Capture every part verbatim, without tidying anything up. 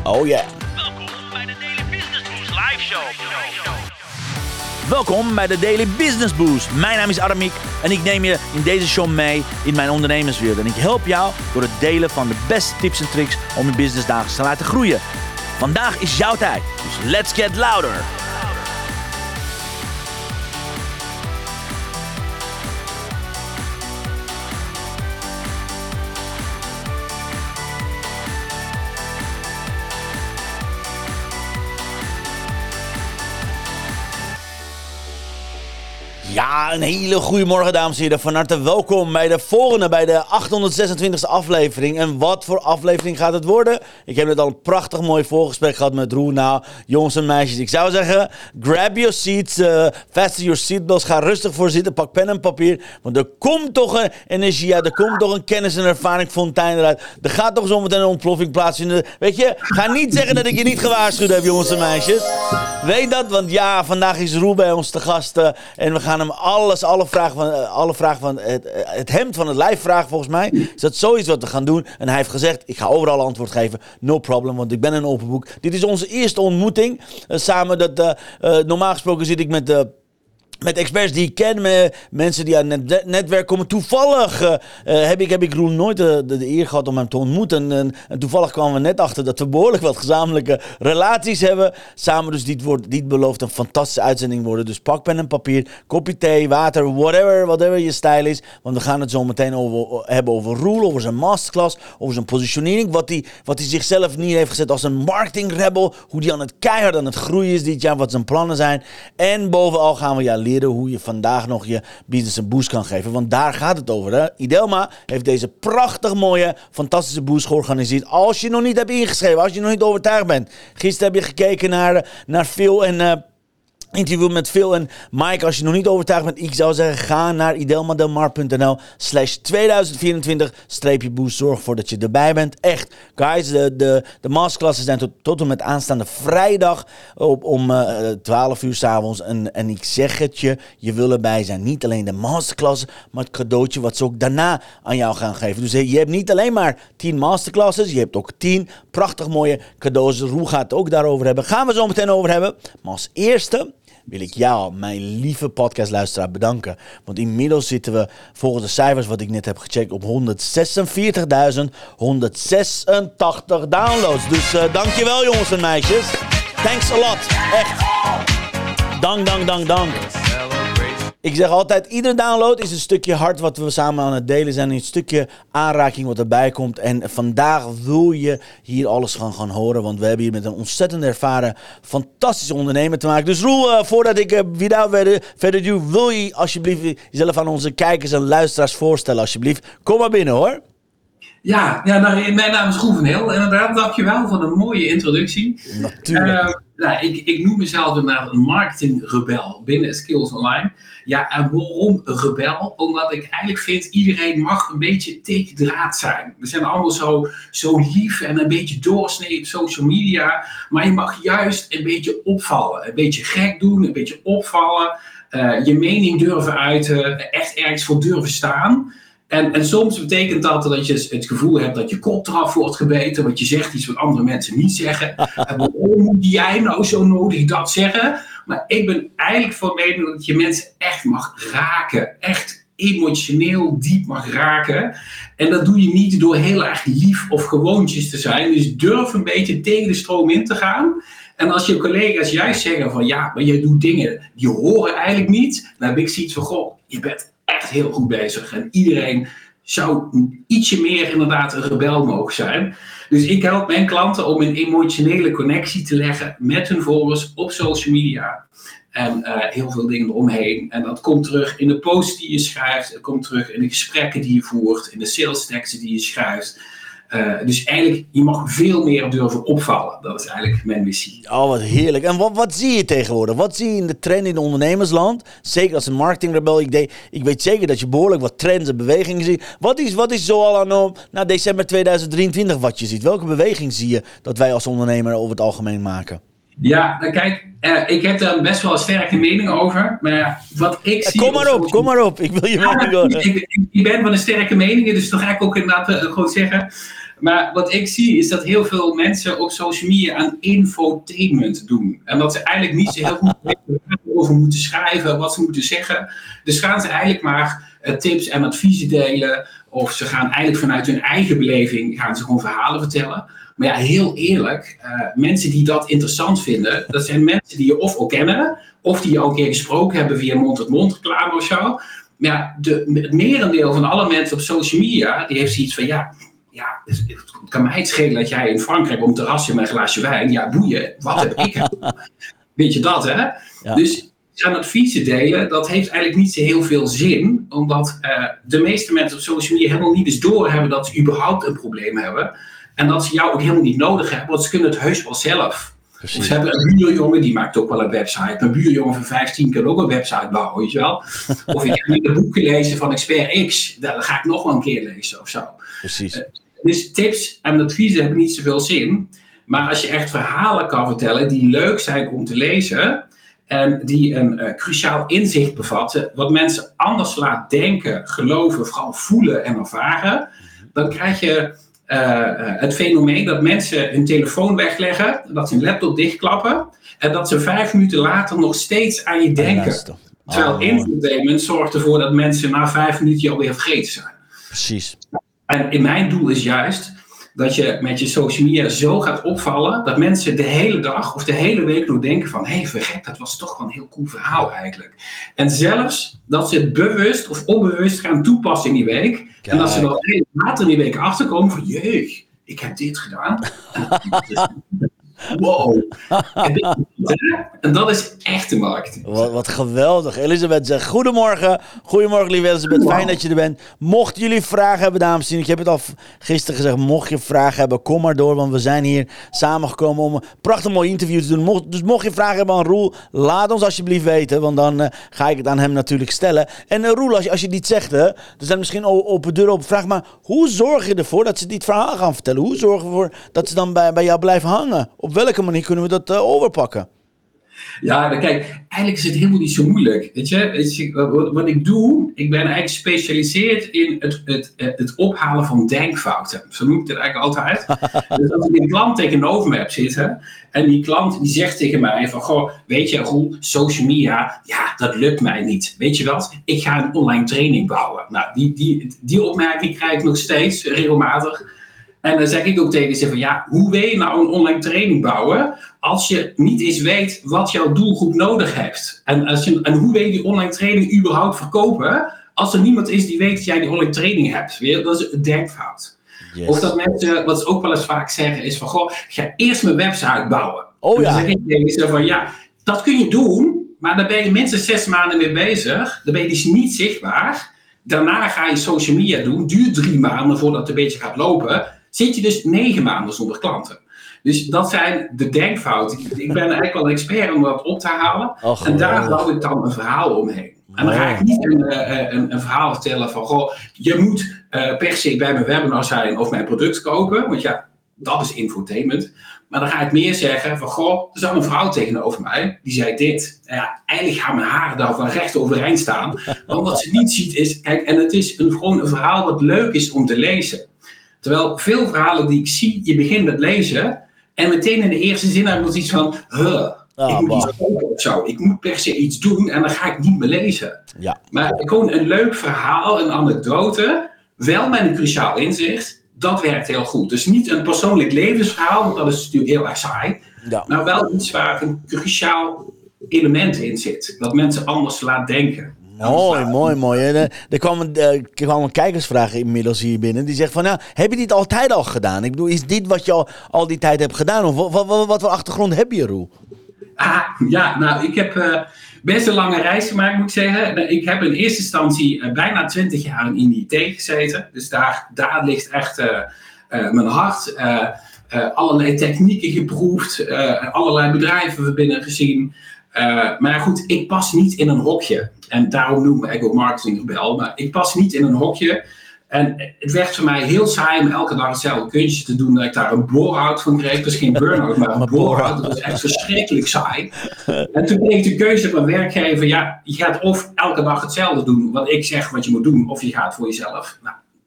Oh yeah. Welkom bij de Daily Business Boost live show. Welkom bij de Daily Business Boost. Mijn naam is Aramik en ik neem je in deze show mee in mijn ondernemerswereld. En ik help jou door het delen van de beste tips en tricks om je business dagelijks te laten groeien. Vandaag is jouw tijd, dus let's get louder. Ja, een hele goede morgen, dames en heren. Van harte welkom bij de volgende, bij de achthonderdzesentwintigste aflevering. En wat voor aflevering gaat het worden? Ik heb net al een prachtig mooi voorgesprek gehad met Roel. Nou, jongens en meisjes, ik zou zeggen, grab your seats, uh, fasten your seatbelts, ga rustig voor zitten, pak pen en papier. Want er komt toch een energie uit, er komt toch een kennis- en ervaring fontein eruit. Er gaat toch zometeen een ontploffing plaatsvinden. Weet je, ga niet zeggen dat ik je niet gewaarschuwd heb, jongens en meisjes. Weet dat, want ja, vandaag is Roel bij ons te gast uh, en we gaan hem alles, alle vragen van, alle vragen van het, het hemd van het lijf vragen volgens mij. Is dat zoiets wat we gaan doen? En hij heeft gezegd, ik ga overal antwoord geven. No problem, want ik ben een open boek. Dit is onze eerste ontmoeting. Uh, samen, dat, uh, uh, normaal gesproken zit ik met... Uh, Met experts die ik ken, met mensen die aan het netwerk komen. Toevallig uh, heb, ik, heb ik Roel nooit de, de, de eer gehad om hem te ontmoeten. En, en toevallig kwamen we net achter dat we behoorlijk wat gezamenlijke relaties hebben. Samen, dus dit, wordt, dit belooft een fantastische uitzending worden. Dus pak pen en papier, kopje thee, water, whatever, whatever je stijl is. Want we gaan het zo meteen over, hebben over Roel, over zijn masterclass, over zijn positionering. Wat hij wat hij zichzelf neer heeft gezet als een marketingrebel. Hoe hij aan het keihard aan het groeien is dit jaar, wat zijn plannen zijn. En bovenal gaan we ja leren hoe je vandaag nog je business een boost kan geven. Want daar gaat het over. Hè? Idelma heeft deze prachtig mooie, fantastische boost georganiseerd. Als je nog niet hebt ingeschreven, als je nog niet overtuigd bent. Gisteren heb je gekeken naar, naar Phil en... Uh, interview met Phil en Mike. Als je nog niet overtuigd bent, ik zou zeggen, ga naar idelmadelmar.nl slash tweeduizend vierentwintig streepje boost. Zorg ervoor dat je erbij bent. Echt, guys, de, de, de masterclasses zijn tot, tot en met aanstaande vrijdag op, om uh, twaalf uur 's avonds. En, en ik zeg het je, je wil erbij zijn. Niet alleen de masterclasses, maar het cadeautje wat ze ook daarna aan jou gaan geven. Dus je hebt niet alleen maar tien masterclasses, je hebt ook tien prachtig mooie cadeaus. Roel gaat het ook daarover hebben. Gaan we zo meteen over hebben. Maar als eerste wil ik jou, mijn lieve podcastluisteraar, bedanken. Want inmiddels zitten we, volgens de cijfers wat ik net heb gecheckt, op honderdzesenveertigduizend honderdzesentachtig downloads. Dus uh, dankjewel, jongens en meisjes. Thanks a lot. Echt. Dank, dank, dank, dank. Ik zeg altijd, iedere download is een stukje hart wat we samen aan het delen zijn. Een stukje aanraking wat erbij komt. En vandaag wil je hier alles gaan, gaan horen. Want we hebben hier met een ontzettend ervaren, fantastische ondernemer te maken. Dus Roel, uh, voordat ik uh, wieder verder, verder doe, wil je alsjeblieft jezelf aan onze kijkers en luisteraars voorstellen, alsjeblieft. Kom maar binnen, hoor. Ja, ja nou, mijn naam is Roel van Heel. Inderdaad, dankjewel voor een mooie introductie. Natuurlijk. Uh, nou, ik, ik noem mezelf inderdaad een marketingrebel binnen Skills Online. Ja, en waarom een rebel? Omdat ik eigenlijk vind, iedereen mag een beetje tegendraad zijn. We zijn allemaal zo, zo lief en een beetje doorsnee op social media. Maar je mag juist een beetje opvallen. Een beetje gek doen, een beetje opvallen. Uh, je mening durven uiten, echt ergens voor durven staan. En, en soms betekent dat dat je het gevoel hebt dat je kop eraf wordt gebeten. Want je zegt iets wat andere mensen niet zeggen. En waarom moet jij nou zo nodig dat zeggen? Maar ik ben eigenlijk van mening dat je mensen echt mag raken. Echt emotioneel diep mag raken. En dat doe je niet door heel erg lief of gewoontjes te zijn. Dus durf een beetje tegen de stroom in te gaan. En als je collega's juist zeggen van ja, maar je doet dingen die horen eigenlijk niet. Dan heb ik zoiets van, goh, je bent echt heel goed bezig. En iedereen zou ietsje meer inderdaad een rebel mogen zijn. Dus ik help mijn klanten om een emotionele connectie te leggen met hun volgers op social media. En uh, heel veel dingen eromheen. En dat komt terug in de posts die je schrijft. Het komt terug in de gesprekken die je voert. In de sales teksten die je schrijft. Uh, dus eigenlijk, je mag veel meer durven opvallen. Dat is eigenlijk mijn missie. Oh, wat heerlijk. En wat, wat zie je tegenwoordig? Wat zie je in de trend in het ondernemersland? Zeker als een marketingrebel. Ik, de, ik weet zeker dat je behoorlijk wat trends en bewegingen ziet. Wat is, wat is zoal aan uh, nou, december tweeduizend drieëntwintig wat je ziet? Welke beweging zie je dat wij als ondernemer over het algemeen maken? Ja, nou kijk, uh, ik heb daar best wel een sterke mening over. Maar wat ik ja, zie... Kom maar op, op, kom maar op. Ik wil je ja, mening horen. Ik, ik, ik ben van een sterke mening, dus dat ga ik ook inderdaad uh, gewoon zeggen. Maar wat ik zie is dat heel veel mensen op social media aan infotainment doen. En dat ze eigenlijk niet zo heel goed weten over moeten schrijven, wat ze moeten zeggen. Dus gaan ze eigenlijk maar uh, tips en adviezen delen. Of ze gaan eigenlijk vanuit hun eigen beleving gaan ze gewoon verhalen vertellen. Maar ja, heel eerlijk, uh, mensen die dat interessant vinden, dat zijn mensen die je of al kennen, of die je al een keer gesproken hebben via mond-tot-mond reclame of zo. Maar ja, de, het merendeel van alle mensen op social media, die heeft zoiets van, ja, ja, het kan mij het schelen dat jij in Frankrijk op een terrasje met een glaasje wijn, ja, boeien, wat heb ik? Weet je dat, hè? Ja. Dus aan adviezen delen, dat heeft eigenlijk niet zo heel veel zin, omdat uh, de meeste mensen op social media helemaal niet eens doorhebben dat ze überhaupt een probleem hebben. En dat ze jou ook helemaal niet nodig hebben, want ze kunnen het heus wel zelf. Precies. Ze hebben een buurjongen, die maakt ook wel een website. Een buurjongen van vijftien kan ook een website bouwen, weet je wel. Of ik heb een boek gelezen van Expert X, dat ga ik nog wel een keer lezen of zo. Precies. Uh, dus tips en adviezen hebben niet zoveel zin. Maar als je echt verhalen kan vertellen die leuk zijn om te lezen en die een uh, cruciaal inzicht bevatten, wat mensen anders laat denken, geloven, vooral voelen en ervaren, dan krijg je Uh, uh, het fenomeen dat mensen hun telefoon wegleggen, dat ze hun laptop dichtklappen en dat ze vijf minuten later nog steeds aan je denken. Oh, Terwijl infotainment zorgt ervoor dat mensen na vijf minuten je alweer vergeten zijn. Precies. En in mijn doel is juist dat je met je social media zo gaat opvallen dat mensen de hele dag of de hele week nog denken van hé, hey, vergek, dat was toch wel een heel cool verhaal eigenlijk. En zelfs dat ze het bewust of onbewust gaan toepassen in die week. Kijk. En dat ze dan later in die week achterkomen van jeugd, ik heb dit gedaan. Wow. En dat is echte marketing. Wat, wat geweldig. Elisabeth zegt goedemorgen. Goedemorgen lieve Elisabeth, wow. Fijn dat je er bent. Mochten jullie vragen hebben, dames en heren, ik heb het al gisteren gezegd, mocht je vragen hebben, kom maar door, want we zijn hier samengekomen om een prachtig mooi interview te doen. Mocht, dus mocht je vragen hebben aan Roel, laat ons alsjeblieft weten, want dan uh, ga ik het aan hem natuurlijk stellen. En uh, Roel, als je, als je dit zegt, hè, er zijn misschien open deuren op vraag, maar hoe zorg je ervoor dat ze dit verhaal gaan vertellen? Hoe zorg je ervoor dat ze dan bij, bij jou blijven hangen? Op welke manier kunnen we dat uh, overpakken? Ja, dan kijk, eigenlijk is het helemaal niet zo moeilijk. Weet je, weet je wat, wat ik doe, ik ben eigenlijk gespecialiseerd in het, het, het ophalen van denkfouten. Zo noem ik het eigenlijk altijd. Dus als ik een klant tegenover me heb zitten en die klant die zegt tegen mij van, goh, weet je Roel, social media, ja, dat lukt mij niet. Weet je wat, ik ga een online training bouwen. Nou, die, die, die opmerking krijg ik nog steeds regelmatig. En dan zeg ik ook tegen ze van ja, hoe wil je nou een online training bouwen als je niet eens weet wat jouw doelgroep nodig heeft? En, als je, en hoe wil je die online training überhaupt verkopen als er niemand is die weet dat jij die online training hebt? Dat is een denkfout. Yes. Of dat mensen, wat ze ook wel eens vaak zeggen is van goh, ga eerst mijn website bouwen. Oh ja. En dan zeg ik tegen ze van ja, dat kun je doen, maar dan ben je minstens zes maanden mee bezig. Dan ben je dus niet zichtbaar. Daarna ga je social media doen, duurt drie maanden voordat het een beetje gaat lopen. Zit je dus negen maanden zonder klanten. Dus dat zijn de denkfouten. Ik ben eigenlijk wel een expert om dat op te halen. Oh, en daar bouw ik dan een verhaal omheen. En dan ga ik niet een, een, een verhaal vertellen van goh, je moet uh, per se bij mijn webinar zijn of mijn product kopen. Want ja, dat is infotainment. Maar dan ga ik meer zeggen van goh, er zat een vrouw tegenover mij. Die zei dit. En ja, eigenlijk gaan mijn haren daar van recht overeind staan. Want wat ze niet ziet is, kijk, en het is een, gewoon een verhaal wat leuk is om te lezen. Terwijl veel verhalen die ik zie, je begint met lezen en meteen in de eerste zin heb ik iets van, huh, oh, ik moet wow. iets kopen of zo. Ik moet per se iets doen en dan ga ik niet meer lezen. Ja. Maar gewoon een leuk verhaal, een anekdote, wel met een cruciaal inzicht, dat werkt heel goed. Dus niet een persoonlijk levensverhaal, want dat is natuurlijk heel erg saai. Ja. Maar wel iets waar een cruciaal element in zit. Dat mensen anders laat denken. Mooi, mooi, mooi. Er, er kwam een, er kwam een kijkersvraag inmiddels hier binnen. Die zegt van, nou, heb je dit altijd al gedaan? Ik bedoel, is dit wat je al, al die tijd hebt gedaan? Of wat, wat, wat voor achtergrond heb je, Roel? Ah, ja, nou, ik heb uh, best een lange reis gemaakt, moet ik zeggen. Ik heb in eerste instantie uh, bijna twintig jaar in I T gezeten. Dus daar, daar ligt echt uh, uh, mijn hart. Uh, uh, allerlei technieken geproefd. Uh, allerlei bedrijven binnen gezien. Uh, maar goed, ik pas niet in een hokje. En daarom noem ik me eigenlijk ook marketingrebel. Maar ik pas niet in een hokje. En het werd voor mij heel saai om elke dag hetzelfde kunstje te doen. Dat ik daar een bore-out van kreeg. Dus geen burn-out, maar een bore-out. Dat was echt verschrikkelijk saai. En toen kreeg ik de keuze van werkgever. Ja, je gaat of elke dag hetzelfde doen. Wat ik zeg wat je moet doen. Of je gaat voor jezelf. Nou,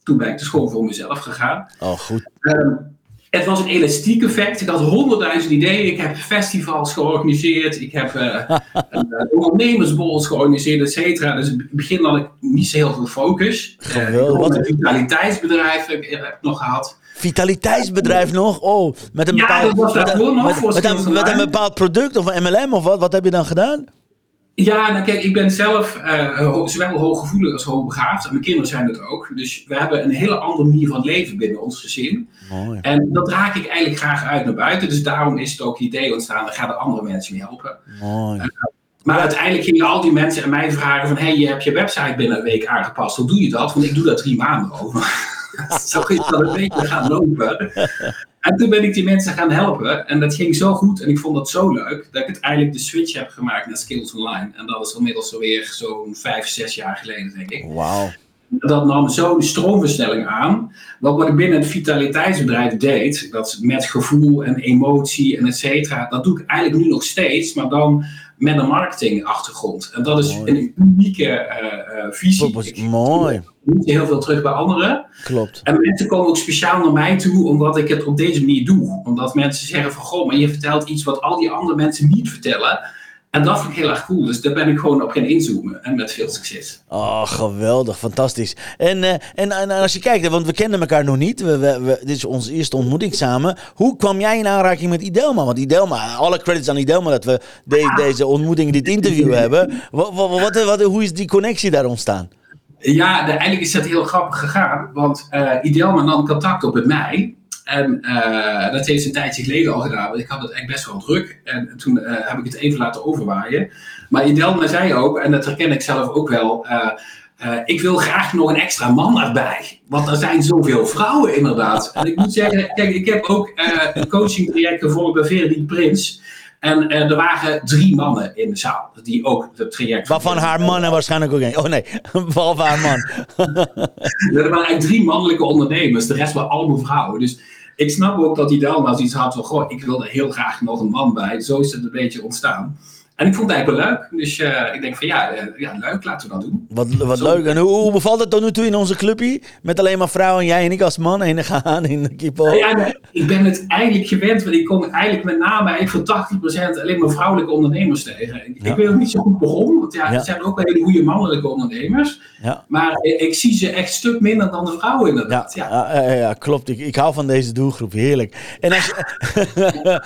toen ben ik dus gewoon voor mezelf gegaan. Oh, goed. Um, Het was een elastiek effect. Ik had honderdduizend ideeën. Ik heb festivals georganiseerd. Ik heb uh, uh, ondernemersborrels georganiseerd, et cetera. Dus in het begin had ik niet zo heel veel focus. Geweldig. Uh, Wat een vitaliteitsbedrijf heb ik, heb ik nog gehad. Vitaliteitsbedrijf nog? Oh, met een ja, bepaald, dat was daarvoor nog. Met, voor met, een, met een bepaald product of een M L M of wat? Wat heb je dan gedaan? Ja, nou kijk, ik ben zelf uh, ho- zowel hooggevoelig als hoogbegaafd. En mijn kinderen zijn het ook. Dus we hebben een hele andere manier van leven binnen ons gezin. Mooi. En dat draag ik eigenlijk graag uit naar buiten. Dus daarom is het ook het idee ontstaan, daar gaan er andere mensen mee helpen. Mooi. Uh, maar uiteindelijk gingen al die mensen aan mij vragen van, hé, hey, je hebt je website binnen een week aangepast. Hoe doe je dat? Want ik doe dat drie maanden over. Zo is dat een beetje gaan lopen. En toen ben ik die mensen gaan helpen. En dat ging zo goed. En ik vond dat zo leuk. Dat ik het eigenlijk de switch heb gemaakt naar Skills Online. En dat is inmiddels alweer zo'n vijf, zes jaar geleden, denk ik. Wauw. Dat nam zo'n stroomversnelling aan. Wat, wat ik binnen het vitaliteitsbedrijf deed. Dat met gevoel en emotie en et cetera. Dat doe ik eigenlijk nu nog steeds. Maar dan met een marketingachtergrond. En dat is Mooi. een unieke uh, uh, visie. Propos- Mooi. Niet heel veel terug bij anderen. Klopt. En mensen komen ook speciaal naar mij toe omdat ik het op deze manier doe. Omdat mensen zeggen van, goh, maar je vertelt iets wat al die andere mensen niet vertellen. En dat vind ik heel erg cool. Dus daar ben ik gewoon op gaan inzoomen. En met veel succes. Oh, geweldig. Fantastisch. En, uh, en, en als je kijkt, want we kenden elkaar nog niet. We, we, we, dit is onze eerste ontmoeting samen. Hoe kwam jij in aanraking met Idelma? Want Idelma, alle credits aan Idelma dat we de, deze ontmoeting, dit interview hebben. Wat, wat, wat, wat, hoe is die connectie daar ontstaan? Ja, de, eigenlijk is dat heel grappig gegaan. Want uh, Idelma nam contact op met mij. En uh, dat heeft ze een tijdje geleden al gedaan. Want ik had het echt best wel druk. En toen uh, heb ik het even laten overwaaien. Maar Idelma zei ook, en dat herken ik zelf ook wel. Uh, uh, ik wil graag nog een extra man erbij. Want er zijn zoveel vrouwen inderdaad. En ik moet zeggen, kijk, ik heb ook uh, een coachingtraject gevolgd bij Veronique Prins. En uh, er waren drie mannen in de zaal. Die ook het traject... Waarvan haar mannen waarschijnlijk ook één. Oh nee, behalve haar man. Er waren eigenlijk drie mannelijke ondernemers. De rest waren allemaal vrouwen. Dus ik snap ook dat Idelma zoiets had van, goh, ik wil er heel graag nog een man bij. Zo is het een beetje ontstaan. En ik vond het eigenlijk wel leuk. Dus uh, ik denk van ja, uh, ja, leuk, laten we dat doen. Wat, wat leuk. En hoe, hoe bevalt het tot nu toe in onze clubje? Met alleen maar vrouwen en jij en ik als man heen gaan in de kiepel. Ja, nee, ik ben het eigenlijk gewend, want ik kom eigenlijk met name eigenlijk voor tachtig procent alleen maar vrouwelijke ondernemers tegen. Ik, Ja. ik weet ook niet zo goed waarom, want ja, Ja. er zijn ook wel hele goede mannelijke ondernemers. Ja. Maar ik, ik zie ze echt een stuk minder dan de vrouwen Ja, inderdaad. Ja. ja. Ja, ja, klopt. Ik, ik hou van deze doelgroep. Heerlijk. En als je...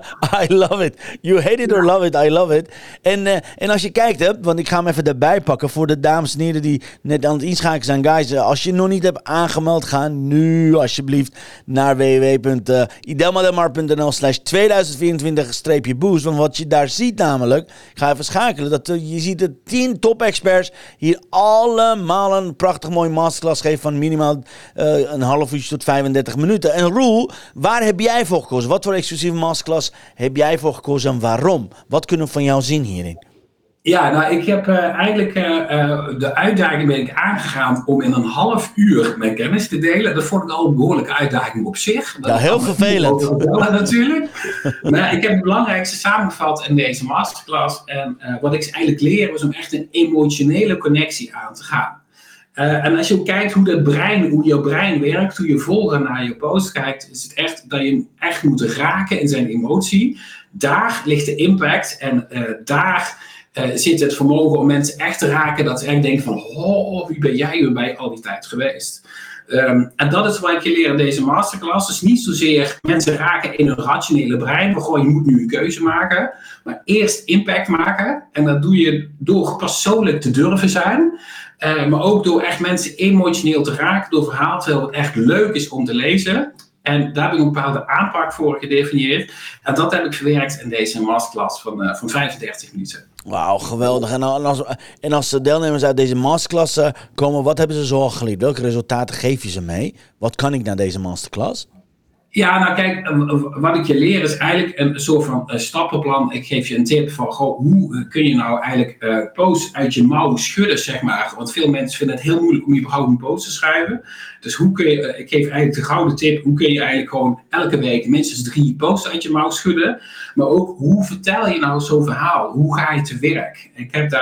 I love it. You hate it or love it. I love it. En, uh, en als je kijkt, hè, want ik ga hem even erbij pakken voor de dames en heren die net aan het inschakelen zijn. Guys, uh, als je nog niet hebt aangemeld, ga nu alsjeblieft naar w w w punt idelmadelmar punt n l slash tweeduizend vierentwintig boost. Want wat je daar ziet namelijk, ik ga even schakelen, dat uh, je ziet de tien top experts hier allemaal een prachtig mooi masterclass geven van minimaal uh, een half uur tot vijfendertig minuten. En Roel, waar heb jij voor gekozen? Wat voor exclusieve masterclass heb jij voor gekozen en waarom? Wat kunnen we van jou zien hierin? Ja, nou, ik heb uh, eigenlijk uh, uh, de uitdaging ben ik aangegaan om in een half uur mijn kennis te delen. Dat vond ik al een behoorlijke uitdaging op zich. Ja, heel vervelend. Vertellen, natuurlijk. Maar ik heb het belangrijkste samengevat in deze masterclass. En uh, wat ik eigenlijk leer is om echt een emotionele connectie aan te gaan. Uh, en als je ook kijkt hoe, dat brein, hoe jouw brein werkt, hoe je volger naar je post kijkt, is het echt dat je hem echt moet raken in zijn emotie. Daar ligt de impact en uh, daar uh, zit het vermogen om mensen echt te raken, dat ze echt denken van, oh, wie ben jij er bij al die tijd geweest? Um, en dat is wat ik je leer in deze masterclass. Dus niet zozeer mensen raken in hun rationele brein, maar gewoon je moet nu een keuze maken. Maar eerst impact maken. En dat doe je door persoonlijk te durven zijn. Uh, maar ook door echt mensen emotioneel te raken door verhaal, terwijl het echt leuk is om te lezen. En daar heb ik een bepaalde aanpak voor gedefinieerd. En dat heb ik verwerkt in deze masterclass van, uh, van vijfendertig minuten. Wauw, geweldig. En als, en als de deelnemers uit deze masterclass uh, komen, wat hebben ze zo al geleerd? Welke resultaten geef je ze mee? Wat kan ik na deze masterclass? Ja, nou kijk, wat ik je leer is eigenlijk een soort van uh, stappenplan. Ik geef je een tip van, goh, hoe kun je nou eigenlijk uh, posts uit je mouw schudden, zeg maar. Want veel mensen vinden het heel moeilijk om überhaupt een post te schrijven. Dus hoe kun je, uh, ik geef eigenlijk de gouden tip, hoe kun je eigenlijk gewoon elke week minstens drie posts uit je mouw schudden. Maar ook, hoe vertel je nou zo'n verhaal? Hoe ga je te werk? Ik heb daar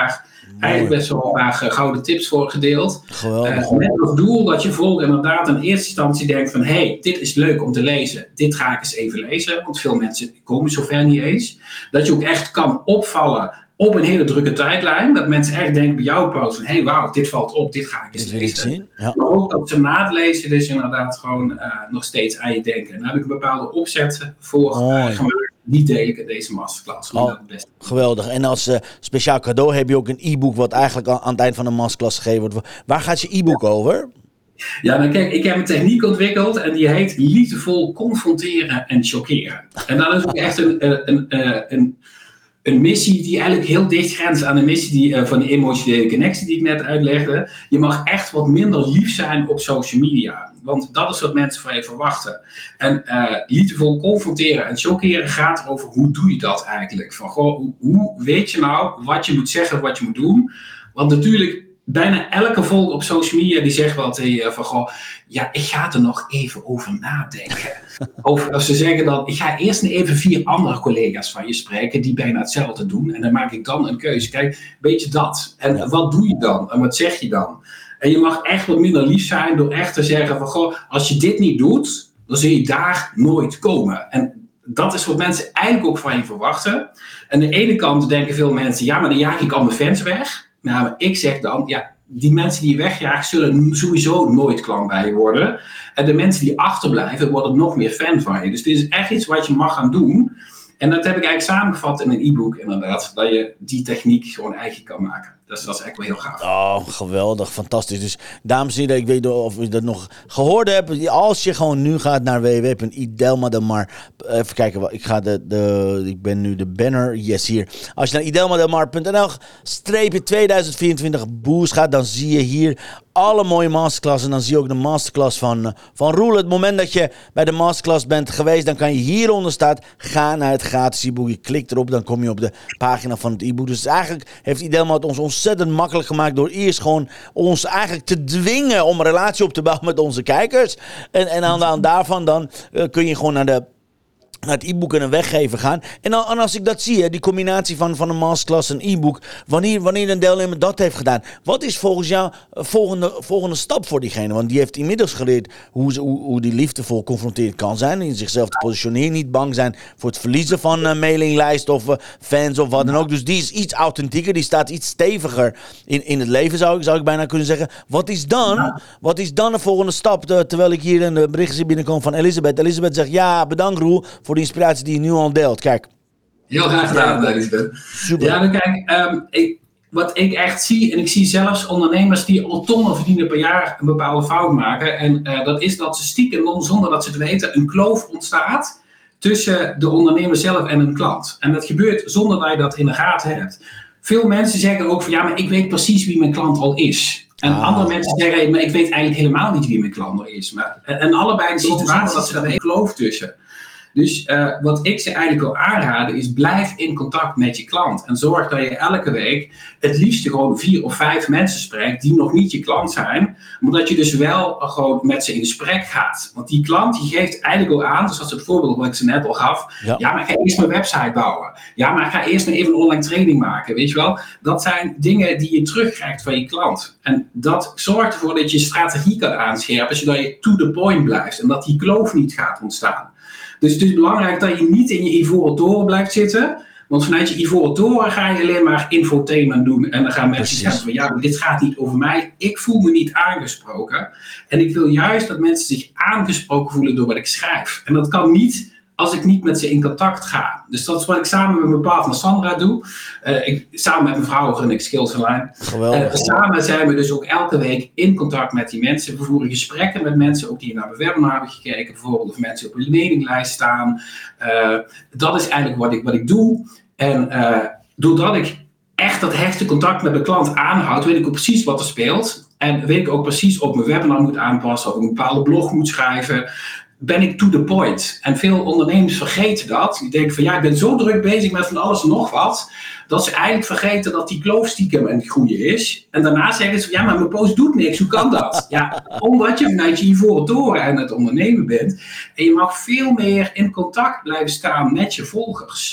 eigenlijk best wel een paar uh, gouden tips voor gedeeld. Geweldig. Uh, met als doel dat je volgt inderdaad in eerste instantie denkt van... hé, hey, dit is leuk om te lezen. Dit ga ik eens even lezen. Want veel mensen komen zover niet eens. Dat je ook echt kan opvallen op een hele drukke tijdlijn. Dat mensen echt denken bij jouw post van... hé, hey, wauw, dit valt op. Dit ga ik eens dit lezen. Zien. Ja. Maar ook dat ze na het lezen dus inderdaad gewoon uh, nog steeds aan je denken. En daar heb ik een bepaalde opzet voor uh, gemaakt. Die deel ik in deze masterclass. Oh, best. Geweldig. En als uh, speciaal cadeau heb je ook een e-book... wat eigenlijk aan, aan het eind van de masterclass gegeven wordt. Waar gaat je e-book over? Ja, nou kijk, ik heb een techniek ontwikkeld... en die heet liefdevol confronteren en chockeren. En dat is ook echt een... een, een, een, een Een missie die eigenlijk heel dicht grenst aan de missie die, uh, van de emotionele connectie die ik net uitlegde. Je mag echt wat minder lief zijn op social media. Want dat is wat mensen van je verwachten. En uh, liefdevol confronteren en chockeren gaat over hoe doe je dat eigenlijk. Van, goh, hoe, hoe weet je nou wat je moet zeggen, wat je moet doen. Want natuurlijk, bijna elke volk op social media die zegt wel tegen je van... goh, ja, ik ga er nog even over nadenken. Of als ze zeggen dan, ik ga eerst even vier andere collega's van je spreken... die bijna hetzelfde doen. En dan maak ik dan een keuze. Kijk, weet je dat? En ja. Wat doe je dan? En wat zeg je dan? En je mag echt wat minder lief zijn door echt te zeggen van... goh, als je dit niet doet, dan zul je daar nooit komen. En dat is wat mensen eigenlijk ook van je verwachten. En aan de ene kant denken veel mensen... ja, maar dan jaag ik al mijn fans weg... Nou, maar ik zeg dan, ja, die mensen die je wegjaagt zullen sowieso nooit klant bij je worden. En de mensen die achterblijven worden nog meer fan van je. Dus dit is echt iets wat je mag gaan doen. En dat heb ik eigenlijk samengevat in een e-book inderdaad. Dat je die techniek gewoon eigen kan maken. Dus dat is echt wel heel gaaf. Oh, geweldig. Fantastisch. Dus dames en heren, ik weet niet of u dat nog gehoord hebt. Als je gewoon nu gaat naar w w w punt idelma de mar. Even kijken, ik, ga de, de, ik ben nu de banner. Yes, hier. Als je naar idelma de mar punt n l streepje tweeduizend vierentwintig boost gaat, dan zie je hier alle mooie masterclass. En dan zie je ook de masterclass van, van Roel. Het moment dat je bij de masterclass bent geweest, dan kan je hieronder staat, ga naar het gratis e-book. Je klikt erop, dan kom je op de pagina van het e-book. Dus eigenlijk heeft Idelma het ons ontzettend makkelijk gemaakt door eerst gewoon ons eigenlijk te dwingen om een relatie op te bouwen met onze kijkers. En, en aan de hand daarvan dan uh, kun je gewoon naar de naar het e-book en een weggever gaan. En, dan, en als ik dat zie, hè, die combinatie van, van een masterclass en e-book, wanneer, wanneer een deelnemer dat heeft gedaan, wat is volgens jou de volgende, volgende stap voor diegene? Want die heeft inmiddels geleerd hoe, ze, hoe, hoe die liefdevol confronterend kan zijn, in zichzelf te positioneren, niet bang zijn voor het verliezen van een mailinglijst of uh, fans of wat dan ook. Dus die is iets authentieker, die staat iets steviger in, in het leven, zou ik, zou ik bijna kunnen zeggen. Wat is dan, wat is dan de volgende stap? De, terwijl ik hier een bericht zie binnenkomen van Elisabeth. Elisabeth zegt, ja, bedankt Roel voor de inspiratie die je nu al deelt. Kijk. Heel graag gedaan, Elisabeth. Super. Ja, dan kijk, um, ik, wat ik echt zie, en ik zie zelfs ondernemers die al tonnen verdienen per jaar een bepaalde fout maken. En uh, dat is dat ze stiekem, zonder dat ze het weten, een kloof ontstaat tussen de ondernemer zelf en een klant. En dat gebeurt zonder dat je dat in de gaten hebt. Veel mensen zeggen ook van, ja, maar ik weet precies wie mijn klant al is. En ah. andere mensen zeggen, maar ik weet eigenlijk helemaal niet wie mijn klant al is. Maar, en, en allebei de situatie dat ze daar een kloof tussen. Dus uh, wat ik ze eigenlijk wil aanraden is, blijf in contact met je klant. En zorg dat je elke week het liefst gewoon vier of vijf mensen spreekt die nog niet je klant zijn. Maar dat je dus wel gewoon met ze in gesprek gaat. Want die klant die geeft eigenlijk al aan, dus dat is het voorbeeld wat ik ze net al gaf. Ja, ja maar ik ga eerst mijn website bouwen. Ja, maar ik ga eerst nog even een online training maken. Weet je wel? Dat zijn dingen die je terugkrijgt van je klant. En dat zorgt ervoor dat je strategie kan aanscherpen, zodat je to the point blijft. En dat die kloof niet gaat ontstaan. Dus het is belangrijk dat je niet in je ivoren toren blijft zitten. Want vanuit je ivoren toren ga je alleen maar infotainment doen. En dan gaan mensen zeggen van, ja, maar dit gaat niet over mij. Ik voel me niet aangesproken. En ik wil juist dat mensen zich aangesproken voelen door wat ik schrijf. En dat kan niet als ik niet met ze in contact ga. Dus dat is wat ik samen met mijn partner Sandra doe. Uh, ik, samen met mijn vrouw run ik Skills Online. Uh, samen zijn we dus ook elke week in contact met die mensen. We voeren gesprekken met mensen, ook die naar mijn webinar hebben gekeken. Bijvoorbeeld of mensen op een mailinglijst staan. Uh, dat is eigenlijk wat ik, wat ik doe. En uh, doordat ik echt dat hechte contact met mijn klant aanhoud, weet ik ook precies wat er speelt. En weet ik ook precies of ik mijn webinar moet aanpassen, of ik een bepaalde blog moet schrijven. Ben ik to the point. En veel ondernemers vergeten dat. Die denken van, ja, ik ben zo druk bezig met van alles en nog wat, dat ze eigenlijk vergeten dat die kloof stiekem aan het groeien is. En daarna zeggen ze, ja, maar mijn post doet niks. Hoe kan dat? Ja, omdat je vanuit je ivoren toren aan het ondernemen bent. En je mag veel meer in contact blijven staan met je volgers.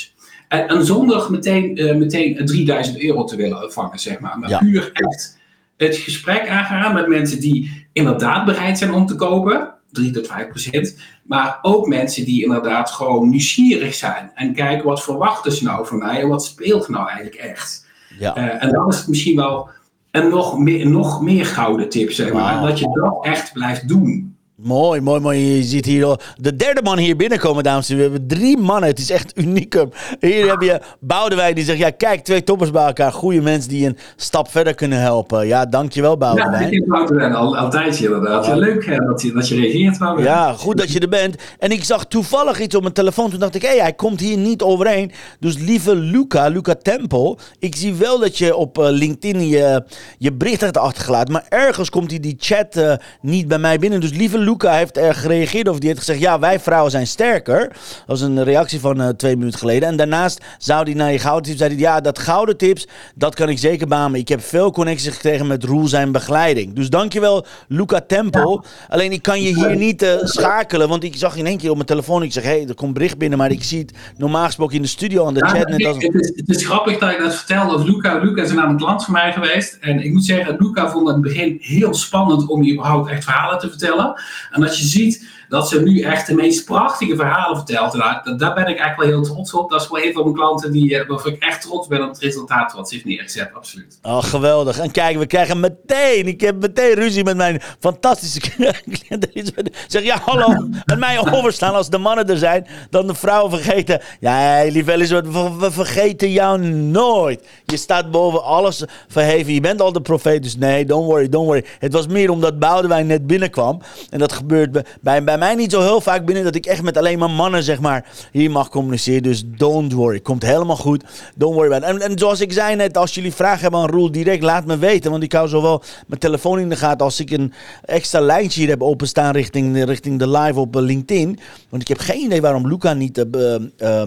En, en zonder meteen, uh, meteen drieduizend euro te willen ontvangen, zeg maar. Maar ja. puur echt het gesprek aangaan met mensen die inderdaad bereid zijn om te kopen. drie tot vijf procent. Maar ook mensen die inderdaad gewoon nieuwsgierig zijn. En kijken, wat verwachten ze nou van mij? En wat speelt nou eigenlijk echt? Ja. Uh, en dan is het misschien wel een nog meer, nog meer gouden tip, zeg maar. Wow. Dat je dat echt blijft doen. Mooi, mooi, mooi. Je ziet hier al de derde man hier binnenkomen, dames en heren. We hebben drie mannen. Het is echt unicum. Hier heb je Boudewijn die zegt, ja kijk, twee toppers bij elkaar. Goede mensen die een stap verder kunnen helpen. Ja, dankjewel Boudewijn. Ja, ik ken Boudewijn al, altijd inderdaad. Ja, leuk hè, dat, je, dat je reageert, Boudewijn. Ja, goed dat je er bent. En ik zag toevallig iets op mijn telefoon. Toen dacht ik, hé, hey, hij komt hier niet overheen. Dus lieve Luca, Luca Tempel. Ik zie wel dat je op uh, LinkedIn je, je bericht hebt achtergelaten. Maar ergens komt die, die chat uh, niet bij mij binnen. Dus lieve Luca heeft er gereageerd of die heeft gezegd, ja, wij vrouwen zijn sterker. Dat was een reactie van uh, twee minuten geleden. En daarnaast zou hij naar je gouden tips, zei hij, ja, dat gouden tips, dat kan ik zeker beamen. Ik heb veel connecties gekregen met Roel zijn begeleiding. Dus dankjewel, Luca Tempel. Ja. Alleen ik kan je hier niet uh, schakelen, want ik zag in één keer op mijn telefoon, ik zeg, hé, hey, er komt bericht binnen, maar ik zie het normaal gesproken in de studio aan de ja, chat. Net als... het, is, het is grappig dat ik dat vertelde over Luca. Luca is een namelijk klant van mij geweest. En ik moet zeggen, Luca vond het in het begin heel spannend om je überhaupt echt verhalen te vertellen. En als je ziet dat ze nu echt de meest prachtige verhalen vertelt, nou, daar ben ik eigenlijk wel heel trots op. Dat is wel een van mijn klanten die, waarvan ik echt trots ben op het resultaat wat ze heeft neergezet, absoluut. Oh, geweldig. En kijk, we krijgen meteen, ik heb meteen ruzie met mijn fantastische cliënt. Zeg, ja, hallo, met mij overstaan als de mannen er zijn, dan de vrouwen vergeten. Ja, hey, lieve Elisabeth, we, we vergeten jou nooit. Je staat boven alles verheven. Je bent al de profeet, dus nee, don't worry, don't worry. Het was meer omdat Boudewijn net binnenkwam. En dat gebeurt bij, bij, bij mij niet zo heel vaak binnen dat ik echt met alleen maar mannen, zeg maar, hier mag communiceren. Dus don't worry. Komt helemaal goed. Don't worry about it. En, en zoals ik zei net, als jullie vragen hebben aan Roel, direct laat me weten. Want ik hou zowel mijn telefoon in de gaten als ik een extra lijntje hier heb openstaan richting, richting de live op LinkedIn. Want ik heb geen idee waarom Luca niet uh, uh,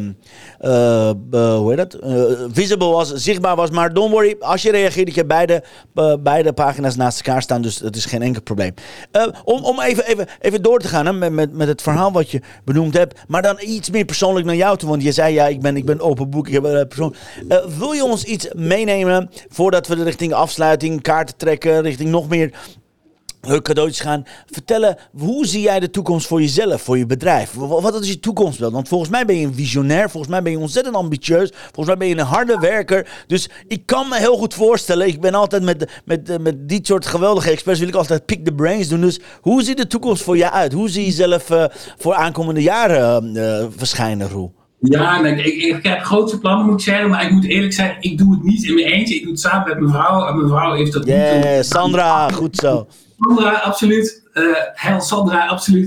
uh, uh, hoe heet dat? Uh, visible was, zichtbaar was. Maar don't worry, als je reageert, ik heb beide, uh, beide pagina's naast elkaar staan. Dus dat is geen enkel probleem. Uh, om om even, even, even door te gaan hè, met, met, met het verhaal wat je benoemd hebt. Maar dan iets meer persoonlijk naar jou toe. Want je zei, ja, ik ben, ik ben open boek. Ik heb een persoon. Uh, wil je ons iets meenemen voordat we de richting afsluiting, kaarten trekken, richting nog meer leuk cadeautjes gaan vertellen? Hoe zie jij de toekomst voor jezelf, voor je bedrijf? Wat is je toekomstbeeld? Want volgens mij ben je een visionair. Volgens mij ben je ontzettend ambitieus. Volgens mij ben je een harde werker. Dus ik kan me heel goed voorstellen. Ik ben altijd met, met, met dit soort geweldige experts wil ik altijd pick the brains doen. Dus hoe ziet de toekomst voor jou uit? Hoe zie je jezelf uh, voor aankomende jaren uh, verschijnen, Roel? Ja, ik, ik, ik heb grote plannen, moet ik zeggen. Maar ik moet eerlijk zijn, ik doe het niet in mijn eentje. Ik doe het samen met mijn vrouw. En mijn vrouw heeft dat yeah, niet doen. Sandra, goed zo. Sandra, absoluut. Uh, Heil Sandra, absoluut.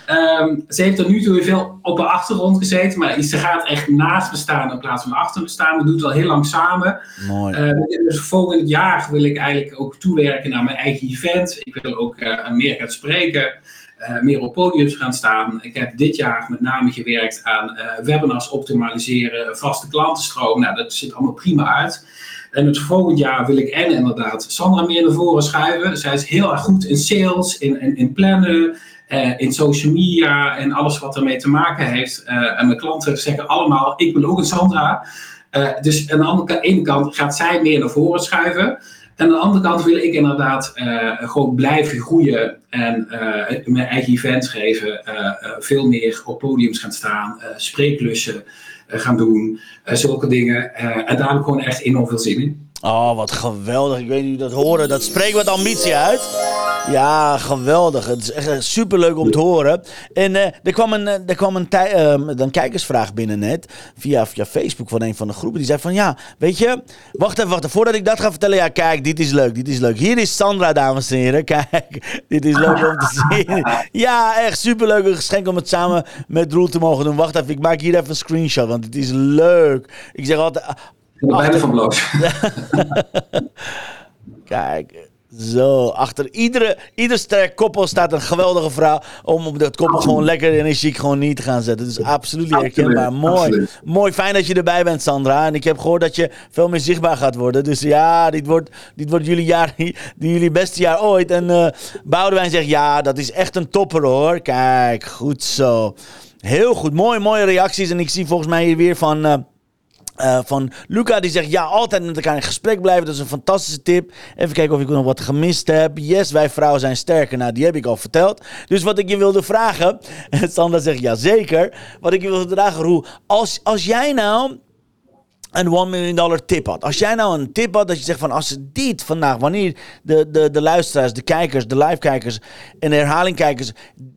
Um, ze heeft er nu toe veel op de achtergrond gezeten. Maar ze gaat echt naast me staan in plaats van achter me staan. We doen het al heel lang samen. Mooi. Uh, dus volgend jaar wil ik eigenlijk ook toewerken naar mijn eigen event. Ik wil ook uh, meer gaan spreken. Uh, meer op podiums gaan staan. Ik heb dit jaar met name gewerkt aan uh, webinars optimaliseren, vaste klantenstroom. Nou, dat ziet allemaal prima uit. En het volgend jaar wil ik en inderdaad Sandra meer naar voren schuiven. Zij is heel erg goed in sales, in, in, in plannen, uh, in social media en alles wat ermee te maken heeft. Uh, en mijn klanten zeggen allemaal, ik ben ook een Sandra. Uh, dus aan de andere kant, ene kant gaat zij meer naar voren schuiven. En aan de andere kant wil ik inderdaad uh, gewoon blijven groeien en uh, mijn eigen events geven. Uh, uh, veel meer op podiums gaan staan, uh, spreeklussen uh, gaan doen, uh, zulke dingen. Uh, en daar heb ik gewoon echt enorm veel zin in. Oh, wat geweldig. Ik weet niet of jullie dat horen. Dat spreekt wat ambitie uit. Ja, geweldig. Het is echt superleuk om te horen. En uh, er kwam, een, er kwam een, tij, uh, een kijkersvraag binnen net. Via, via Facebook van een van de groepen. Die zei van ja, weet je. Wacht even, wacht even. Voordat ik dat ga vertellen. Ja, kijk, dit is leuk. Dit is leuk. Hier is Sandra, dames en heren. Kijk, dit is leuk om te zien. Ja, echt superleuk. Een geschenk om het samen met Roel te mogen doen. Wacht even, ik maak hier even een screenshot. Want het is leuk. Ik zeg altijd... Ik ben bijna van bloos. Kijk, zo. Achter iedere, ieder sterk koppel staat een geweldige vrouw om op dat koppel gewoon lekker energiek gewoon niet te gaan zetten. Dus absoluut herkenbaar. Mooi. Absoluut. Mooi, fijn dat je erbij bent, Sandra. En ik heb gehoord dat je veel meer zichtbaar gaat worden. Dus ja, dit wordt, dit wordt jullie, jaar, jullie beste jaar ooit. En uh, Boudewijn zegt, ja, dat is echt een topper hoor. Kijk, goed zo. Heel goed. Mooi, mooie reacties. En ik zie volgens mij hier weer van... Uh, Uh, van Luca, die zegt, ja, altijd met elkaar in gesprek blijven. Dat is een fantastische tip. Even kijken of ik nog wat gemist heb. Yes, wij vrouwen zijn sterker. Nou, die heb ik al verteld. Dus wat ik je wilde vragen... Sandra zegt, ja, zeker. Wat ik je wilde vragen, Roel. Als, als jij nou een one million dollar tip had. Als jij nou een tip had dat je zegt van... Als ze dit vandaag, wanneer de, de, de luisteraars, de kijkers, de live-kijkers... en de herhalingkijkers...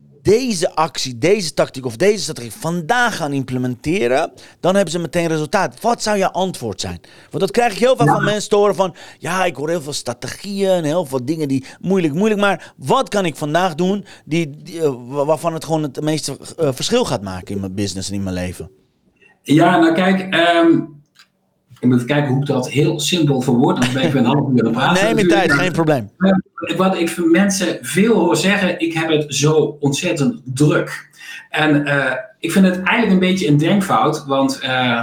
deze actie, deze tactiek of deze strategie vandaag gaan implementeren, dan hebben ze meteen resultaat. Wat zou jouw antwoord zijn? Want dat krijg ik heel veel ja. van mensen te horen van, ja, ik hoor heel veel strategieën en heel veel dingen die moeilijk, moeilijk, maar wat kan ik vandaag doen die, die, uh, waarvan het gewoon het meeste uh, verschil gaat maken in mijn business en in mijn leven? Ja, nou kijk, um, ik moet even kijken hoe ik dat heel simpel verwoord, dan ben ik een half uur aan het praten. Neem je tijd, geen probleem. Wat ik van mensen veel hoor zeggen, ik heb het zo ontzettend druk. En uh, ik vind het eigenlijk een beetje een denkfout, want uh,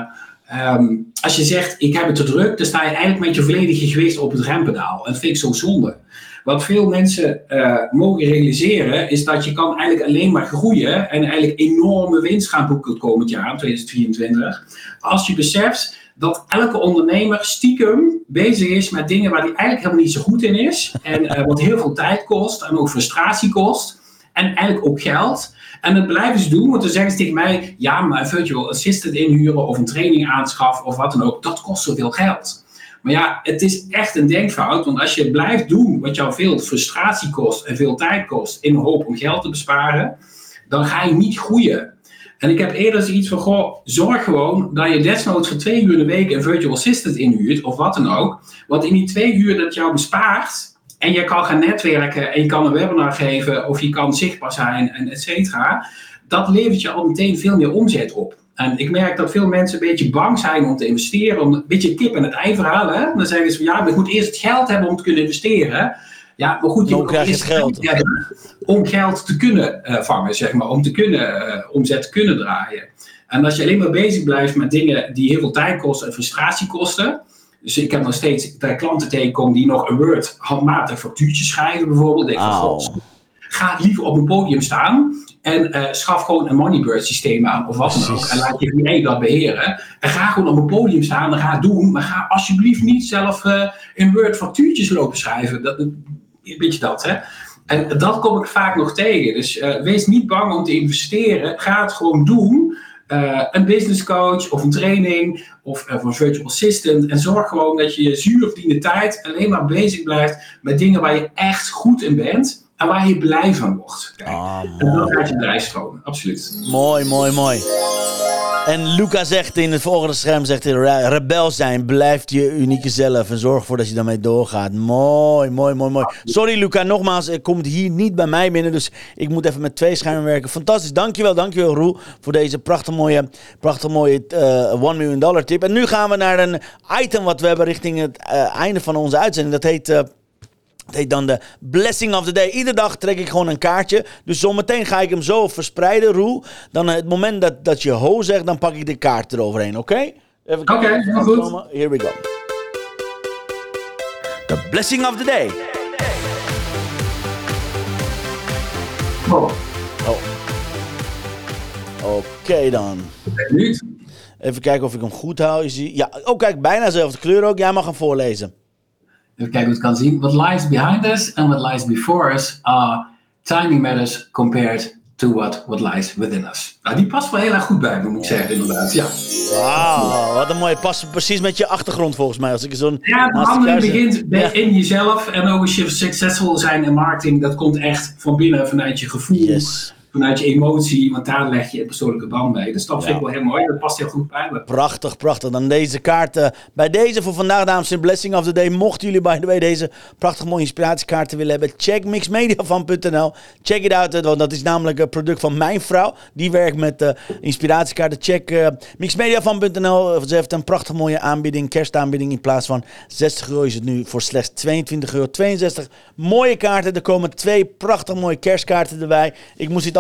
um, als je zegt, ik heb het te druk, dan sta je eigenlijk met je volledige gewicht op het rempedaal. En dat vind ik zo zonde. Wat veel mensen uh, mogen realiseren, is dat je kan eigenlijk alleen maar groeien en eigenlijk enorme winst gaan boeken het komend jaar, tweeduizend vierentwintig, als je beseft dat elke ondernemer stiekem bezig is met dingen waar hij eigenlijk helemaal niet zo goed in is. En uh, wat heel veel tijd kost en ook frustratie kost. En eigenlijk ook geld. En dat blijven ze doen, want dan zeggen ze tegen mij, ja, maar een virtual assistant inhuren of een training aanschaffen of wat dan ook, dat kost zoveel geld. Maar ja, het is echt een denkfout, want als je blijft doen wat jou veel frustratie kost en veel tijd kost in de hoop om geld te besparen, dan ga je niet groeien. En ik heb eerder zoiets van, goh, zorg gewoon dat je desnoods voor twee uur in de week een virtual assistant inhuurt, of wat dan ook. Want in die twee uur dat jou bespaart, en je kan gaan netwerken, en je kan een webinar geven, of je kan zichtbaar zijn, en et cetera, dat levert je al meteen veel meer omzet op. En ik merk dat veel mensen een beetje bang zijn om te investeren, om een beetje kip en het ei verhaal. Hè? Dan zeggen ze van, ja, maar je moet eerst het geld hebben om te kunnen investeren. Ja, maar goed, je moet krijg je het geld hebben om geld te kunnen uh, vangen, zeg maar, om te kunnen uh, omzet te kunnen draaien. En als je alleen maar bezig blijft met dingen die heel veel tijd kosten en frustratie kosten. Dus ik heb nog steeds dat klanten tegenkomen die nog een Word handmatig factuurtjes schrijven bijvoorbeeld. Denk van, god, ga liever op een podium staan en uh, schaf gewoon een Moneybird systeem aan of wat dan ook. En laat je V A dat beheren. En ga gewoon op een podium staan en ga het doen. Maar ga alsjeblieft niet zelf uh, in Word factuurtjes lopen schrijven. Dat, een beetje dat, hè. En dat kom ik vaak nog tegen. Dus uh, wees niet bang om te investeren. Ga het gewoon doen. Uh, een business coach of een training of uh, een virtual assistant. En zorg gewoon dat je je zuur verdiende tijd alleen maar bezig blijft met dingen waar je echt goed in bent. En waar je blij van wordt. Kijk. Oh, en dan gaat je blij stromen, absoluut. Mooi, mooi, mooi. En Luca zegt in het volgende scherm, zegt hij, rebel zijn, blijf je unieke zelf en zorg ervoor dat je daarmee doorgaat. Mooi, mooi, mooi, mooi. Sorry Luca, nogmaals, het komt hier niet bij mij binnen, dus ik moet even met twee schermen werken. Fantastisch, dankjewel, dankjewel Roel, voor deze prachtig mooie, prachtig mooie uh, one million dollar tip. En nu gaan we naar een item wat we hebben richting het uh, einde van onze uitzending. Dat heet... Uh, Het heet dan de Blessing of the Day. Iedere dag trek ik gewoon een kaartje. Dus zometeen ga ik hem zo verspreiden, Roel. Dan het moment dat, dat je ho zegt, dan pak ik de kaart eroverheen, oké? Okay? Oké, okay, heel goed. Komen. Here we go. The Blessing of the Day. Oh. Oh. Oké okay, dan. Niet. Even kijken of ik hem goed hou. Ja, oh kijk, bijna dezelfde kleur ook. Jij mag hem voorlezen. Even kijken hoe het kan zien. What lies behind us and what lies before us are tiny matters compared to what, what lies within us. Nou, die past wel heel erg goed bij me, moet ik zeggen, inderdaad. Ja. Wauw, wat een mooie. Past precies met je achtergrond volgens mij. Als ik zo'n ja, het handelen begint ja. in jezelf. En ook als je succesvol zijn in marketing, dat komt echt van binnen, vanuit je gevoel. Yes. Vanuit je emotie, want daar leg je een persoonlijke band mee. Dus dat ja. vind ik wel heel mooi. Dat past heel goed bij me. Prachtig, prachtig. Dan deze kaart. Uh, bij deze voor vandaag, dames en Blessing of the Day. Mochten jullie by the way deze prachtig mooie inspiratiekaarten willen hebben, check mixmediafan punt n l. Check it out, want dat is namelijk een product van mijn vrouw. Die werkt met uh, inspiratiekaarten. Check uh, mixmediafan punt n l. Ze heeft een prachtig mooie aanbieding, kerstaanbieding. In plaats van zestig euro is het nu voor slechts tweeëntwintig euro tweeënzestig. Mooie kaarten. Er komen twee prachtig mooie kerstkaarten erbij. Ik moest dit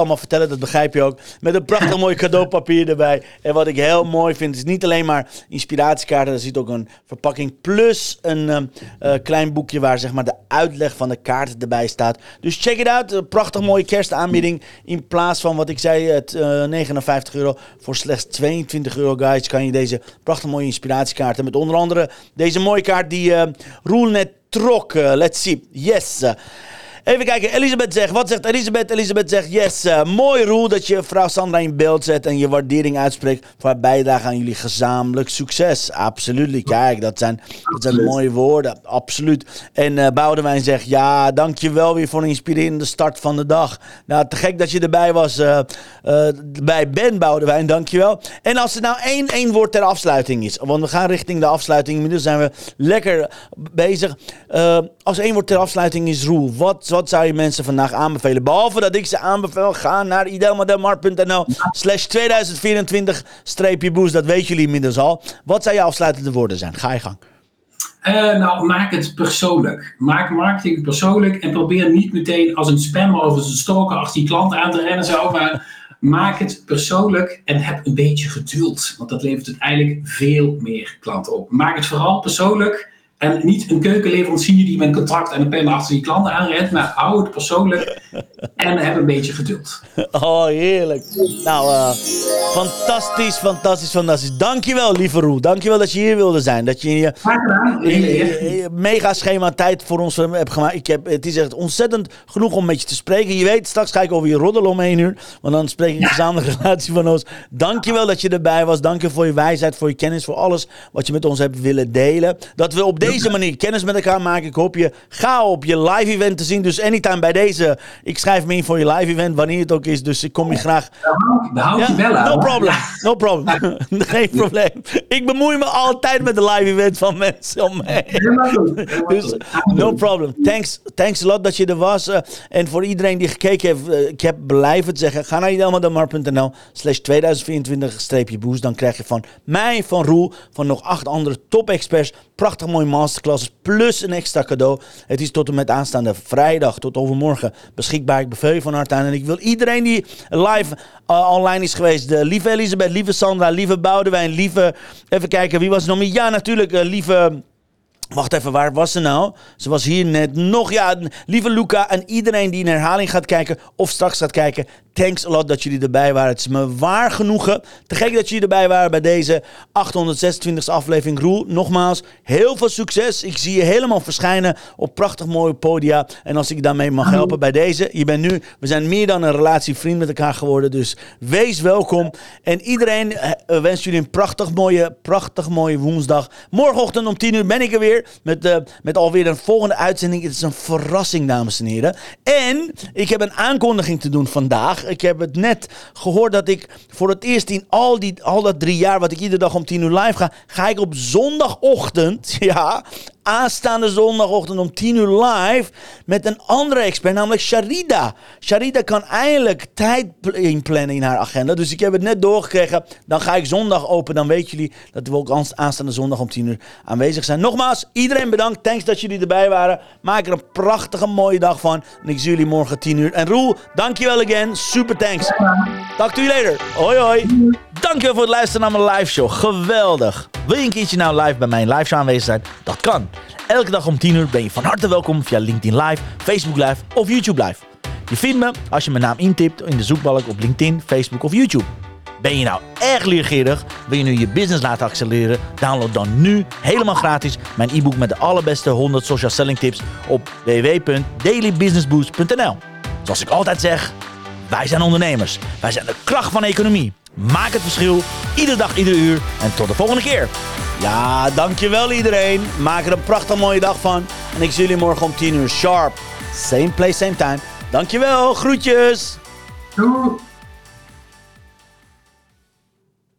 allemaal vertellen, dat begrijp je ook. Met een prachtig mooi cadeaupapier erbij. En wat ik heel mooi vind, is niet alleen maar inspiratiekaarten. Er zit ook een verpakking plus een uh, uh, klein boekje waar zeg maar de uitleg van de kaarten erbij staat. Dus check it out. Een prachtig mooie kerstaanbieding. In plaats van wat ik zei, het uh, negenenvijftig euro voor slechts tweeëntwintig euro, guys, kan je deze prachtig mooie inspiratiekaarten met onder andere deze mooie kaart die uh, Roel net trok. Uh, let's see. Yes. Uh, Even kijken, Elisabeth zegt, wat zegt Elisabeth? Elisabeth zegt, yes, uh, mooi Roel dat je vrouw Sandra in beeld zet en je waardering uitspreekt voor haar bijdrage aan jullie gezamenlijk succes. Absoluut, kijk, dat zijn, dat zijn mooie woorden, absoluut. En uh, Boudewijn zegt, ja, dankjewel weer voor een inspirerende start van de dag. Nou, te gek dat je erbij was, uh, uh, bij Ben Boudewijn, dankjewel. En als er nou één, één woord ter afsluiting is, want we gaan richting de afsluiting, inmiddels zijn we lekker bezig. Uh, als één woord ter afsluiting is, Roel, wat... Wat zou je mensen vandaag aanbevelen? Behalve dat ik ze aanbeveel, ga naar idelmadelmar.nl slash tweeduizend vierentwintig streepje boost. Dat weten jullie inmiddels al. Wat zou je afsluitende woorden zijn? Ga je gang. Uh, nou, maak het persoonlijk. Maak marketing persoonlijk en probeer niet meteen als een spammer of als een stalker achter die klant aan te rennen. Zo, maar maak het persoonlijk en heb een beetje geduld. Want dat levert uiteindelijk veel meer klanten op. Maak het vooral persoonlijk. En niet een keukenleverancier die met een contract en een pen achter die klanten aanredt. Maar hou het persoonlijk en heb een beetje geduld. Oh, heerlijk. Nou, uh, fantastisch, fantastisch, fantastisch. Dankjewel, lieve Roel. Dankjewel dat je hier wilde zijn. Dat je je, je, je, je mega schema tijd voor ons hebt gemaakt. Ik heb, het is echt ontzettend genoeg om met je te spreken. Je weet, straks ga ik over je roddelen om één uur. Want dan spreek ik een gezamenlijke relatie van ons. Dankjewel dat je erbij was. Dank je voor je wijsheid, voor je kennis, voor alles wat je met ons hebt willen delen. Dat we op deze deze manier kennis met elkaar maken. Ik hoop je ga op je live event te zien. Dus anytime bij deze. Ik schrijf me in voor je live event. Wanneer het ook is. Dus ik kom je graag. Daar hou ik je wel aan. No problem. No problem. Geen probleem. Ik bemoei me altijd met de live event van mensen om me heen. Dus no problem. Thanks, thanks a lot dat je er was. Uh, en voor iedereen die gekeken heeft. Uh, ik heb blijven zeggen. Ga naar idelmadelmar.nl slash tweeduizend vierentwintig streepje boost. Dan krijg je van mij, van Roel, van nog acht andere top experts. Prachtig mooi masterclasses plus een extra cadeau. Het is tot en met aanstaande vrijdag tot overmorgen beschikbaar. Ik beveel je van harte aan. En ik wil iedereen die live uh, online is geweest. De lieve Elisabeth, lieve Sandra, lieve Boudewijn, lieve... Even kijken, wie was er nog meer? Ja, natuurlijk, uh, lieve... Wacht even, waar was ze nou? Ze was hier net nog. Ja, lieve Luca en iedereen die in herhaling gaat kijken of straks gaat kijken. Thanks a lot dat jullie erbij waren. Het is me waar genoegen. Te gek dat jullie erbij waren bij deze achthonderdzesentwintigste aflevering. Roel, nogmaals, heel veel succes. Ik zie je helemaal verschijnen op prachtig mooie podia. En als ik daarmee mag helpen bij deze. Je bent nu, we zijn meer dan een relatievriend met elkaar geworden. Dus wees welkom. En iedereen uh, wens jullie een prachtig mooie, prachtig mooie woensdag. Morgenochtend om tien uur ben ik er weer. Met, uh, met alweer een volgende uitzending. Het is een verrassing, dames en heren. En ik heb een aankondiging te doen vandaag. Ik heb het net gehoord dat ik voor het eerst in al, die, al dat drie jaar... wat ik iedere dag om tien uur live ga... ga ik op zondagochtend... ja, aanstaande zondagochtend om tien uur live... met een andere expert, namelijk Sharida. Sharida kan eindelijk tijd inplannen in haar agenda. Dus ik heb het net doorgekregen. Dan ga ik zondag open. Dan weten jullie dat we ook aanstaande zondag om tien uur aanwezig zijn. Nogmaals, iedereen bedankt. Thanks dat jullie erbij waren. Maak er een prachtige mooie dag van. En ik zie jullie morgen tien uur. En Roel, dankjewel again. Super thanks. Talk to you later. Hoi hoi. Dankjewel voor het luisteren naar mijn live show. Geweldig. Wil je een keertje nou live bij mijn live show aanwezig zijn? Dat kan. Elke dag om tien uur ben je van harte welkom via LinkedIn Live, Facebook Live of YouTube Live. Je vindt me als je mijn naam intipt in de zoekbalk op LinkedIn, Facebook of YouTube. Ben je nou erg leergierig? Wil je nu je business laten accelereren? Download dan nu helemaal gratis mijn e-book met de allerbeste honderd social selling tips op w w w punt daily business boost punt n l. Zoals ik altijd zeg, wij zijn ondernemers. Wij zijn de kracht van de economie. Maak het verschil, iedere dag, iedere uur. En tot de volgende keer. Ja, dankjewel iedereen. Maak er een prachtig mooie dag van. En ik zie jullie morgen om tien uur sharp. Same place, same time. Dankjewel, groetjes. Doei.